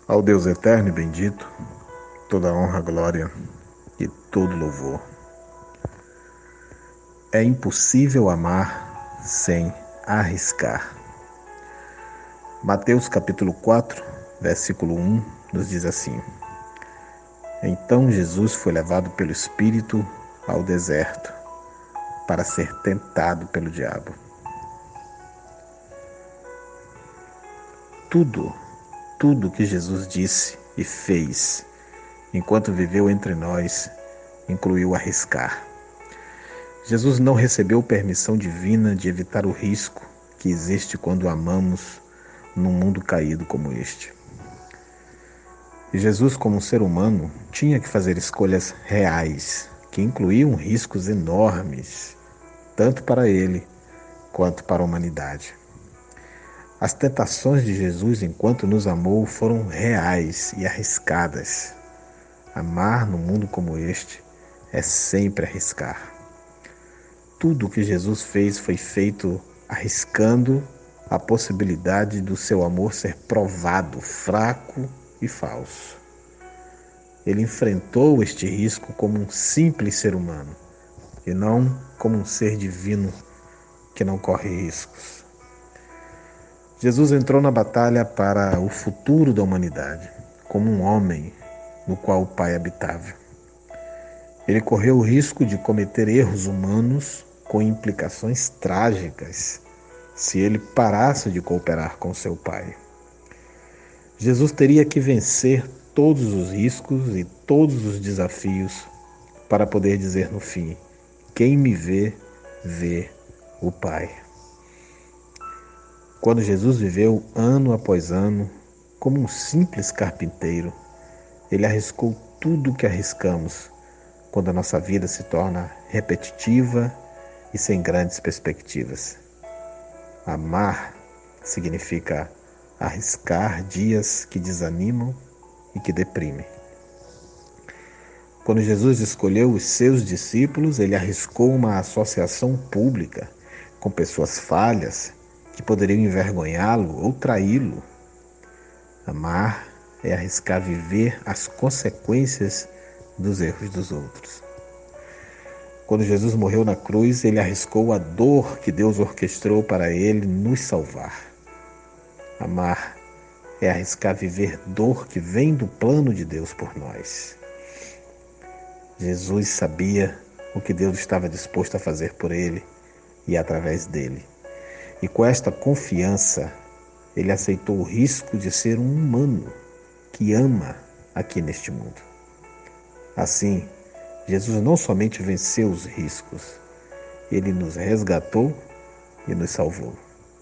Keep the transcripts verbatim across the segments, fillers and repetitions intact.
Ao Deus eterno e bendito, toda honra, glória e todo louvor. É impossível amar sem arriscar. Mateus capítulo quatro, versículo um, nos diz assim: Então Jesus foi levado pelo Espírito ao deserto para ser tentado pelo diabo. Tudo, tudo que Jesus disse e fez enquanto viveu entre nós, incluiu arriscar. Jesus não recebeu permissão divina de evitar o risco que existe quando amamos num mundo caído como este. E Jesus, como um ser humano, tinha que fazer escolhas reais, que incluíam riscos enormes, tanto para ele quanto para a humanidade. As tentações de Jesus enquanto nos amou foram reais e arriscadas. Amar num mundo como este é sempre arriscar. Tudo o que Jesus fez foi feito arriscando a possibilidade do seu amor ser provado, fraco e falso. Ele enfrentou este risco como um simples ser humano e não como um ser divino que não corre riscos. Jesus entrou na batalha para o futuro da humanidade, como um homem no qual o Pai habitava. Ele correu o risco de cometer erros humanos com implicações trágicas se ele parasse de cooperar com seu Pai. Jesus teria que vencer todos os riscos e todos os desafios para poder dizer no fim: quem me vê, vê o Pai. Quando Jesus viveu ano após ano como um simples carpinteiro, ele arriscou tudo o que arriscamos quando a nossa vida se torna repetitiva e sem grandes perspectivas. Amar significa arriscar dias que desanimam e que deprimem. Quando Jesus escolheu os seus discípulos, ele arriscou uma associação pública com pessoas falhas que poderiam envergonhá-lo ou traí-lo. Amar é arriscar viver as consequências dos erros dos outros. Quando Jesus morreu na cruz, ele arriscou a dor que Deus orquestrou para ele nos salvar. Amar é arriscar viver dor que vem do plano de Deus por nós. Jesus sabia o que Deus estava disposto a fazer por ele e através dele. E com esta confiança, ele aceitou o risco de ser um humano que ama aqui neste mundo. Assim, Jesus não somente venceu os riscos, ele nos resgatou e nos salvou.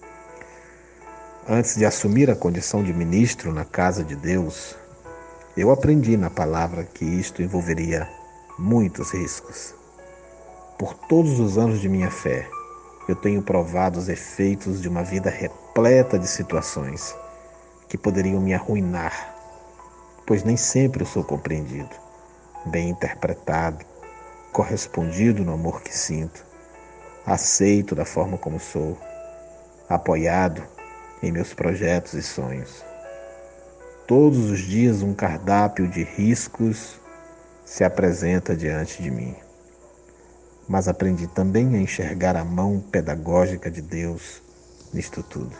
Antes de assumir a condição de ministro na casa de Deus, eu aprendi na palavra que isto envolveria muitos riscos. Por todos os anos de minha fé, eu tenho provado os efeitos de uma vida repleta de situações que poderiam me arruinar, pois nem sempre eu sou compreendido, bem interpretado, correspondido no amor que sinto, aceito da forma como sou, apoiado em meus projetos e sonhos. Todos os dias um cardápio de riscos se apresenta diante de mim. Mas aprendi também a enxergar a mão pedagógica de Deus nisto tudo.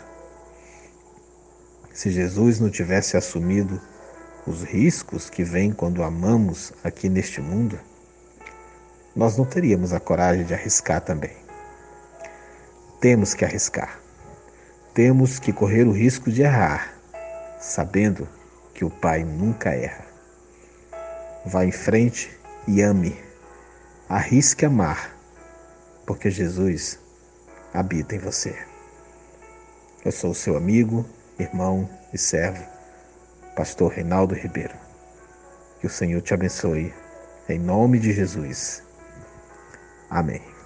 Se Jesus não tivesse assumido os riscos que vêm quando amamos aqui neste mundo, nós não teríamos a coragem de arriscar também. Temos que arriscar. Temos que correr o risco de errar, sabendo que o Pai nunca erra. Vá em frente e ame. Arrisque amar, porque Jesus habita em você. Eu sou o seu amigo, irmão e servo, pastor Reinaldo Ribeiro. Que o Senhor te abençoe, em nome de Jesus. Amém.